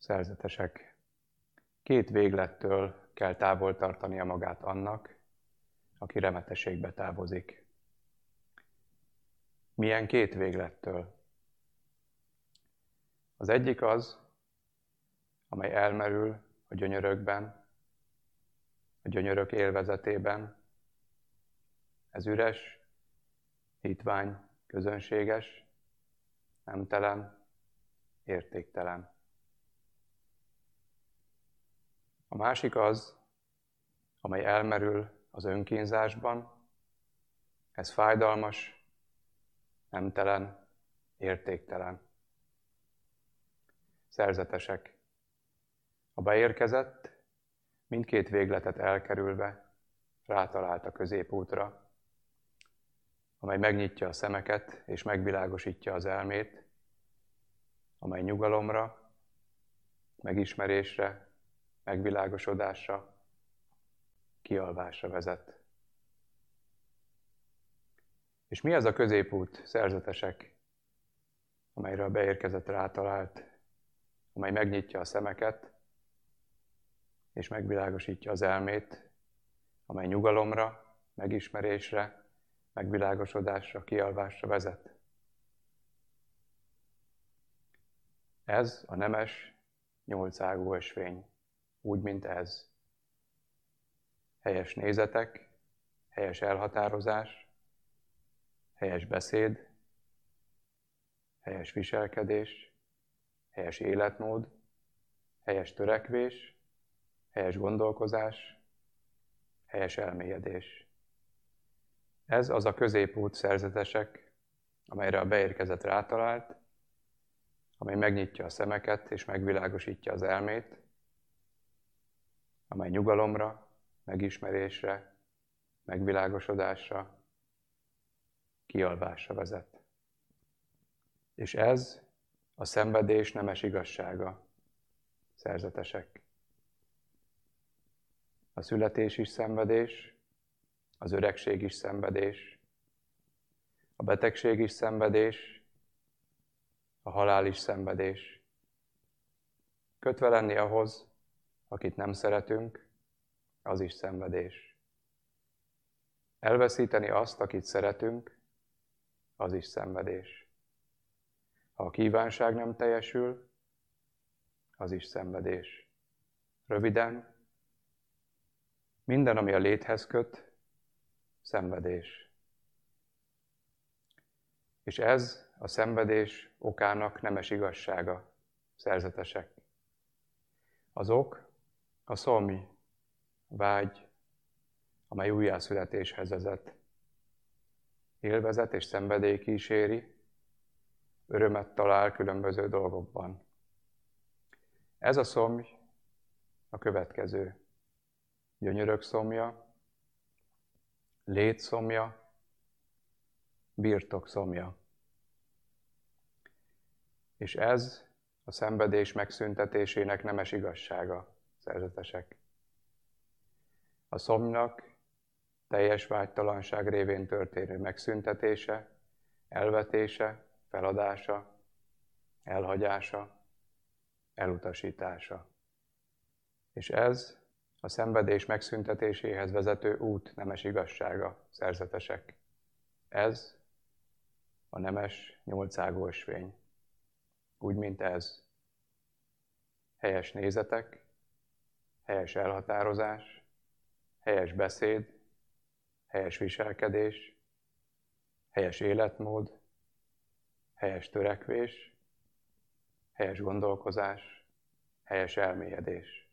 Szerzetesek. Két véglettől kell távol tartania magát annak, aki remetességbe távozik. Milyen két véglettől? Az egyik az, amely elmerül a gyönyörökben, a gyönyörök élvezetében. Ez üres, hitvány, közönséges, nemtelen, értéktelen. A másik az, amely elmerül az önkínzásban. Ez fájdalmas, nemtelen, értéktelen. Szerzetesek. A beérkezett, mindkét végletet elkerülve rátalált a középútra, amely megnyitja a szemeket és megvilágosítja az elmét, amely nyugalomra, megismerésre, megvilágosodásra, kialvásra vezet. És mi az a középút, szerzetesek, amelyre a beérkezett rátalált, amely megnyitja a szemeket, és megvilágosítja az elmét, amely nyugalomra, megismerésre, megvilágosodásra, kialvásra vezet? Ez a nemes, nyolcágú ösvény, úgy, mint ez. Helyes nézetek, helyes elhatározás, helyes beszéd, helyes viselkedés, helyes életmód, helyes törekvés, helyes gondolkozás, helyes elmélyedés. Ez az a középút, szerzetesek, amelyre a beérkezett rátalált, amely megnyitja a szemeket és megvilágosítja az elmét, amely nyugalomra, megismerésre, megvilágosodásra, kialvásra vezet. És ez a szenvedés nemes igazsága, szerzetesek. A születés is szenvedés, az öregség is szenvedés, a betegség is szenvedés, a halál is szenvedés. Kötve lenni ahhoz, akit nem szeretünk, az is szenvedés. Elveszíteni azt, akit szeretünk, az is szenvedés. Ha a kívánság nem teljesül, az is szenvedés. Röviden, minden, ami a léthez köt, szenvedés. És ez a szenvedés okának nemes igazsága, szerzetesek. Az ok a szomj, vágy, amely újjászületéshez vezet. Élvezet és szenvedély kíséri, örömet talál különböző dolgokban. Ez a szomj a következő: gyönyörök szomja, lét szomja, birtok szomja. És ez a szenvedés megszüntetésének nemes igazsága, szerzetesek. A szomjnak teljes vágytalanság révén történő megszüntetése, elvetése, feladása, elhagyása, elutasítása. És ez a szenvedés megszüntetéséhez vezető út nemes igazsága, szerzetesek. Ez a nemes nyolcágú ösvény. Úgy, mint ez. Helyes nézetek, helyes elhatározás, helyes beszéd, helyes viselkedés, helyes életmód, helyes törekvés, helyes gondolkozás, helyes elmélyedés.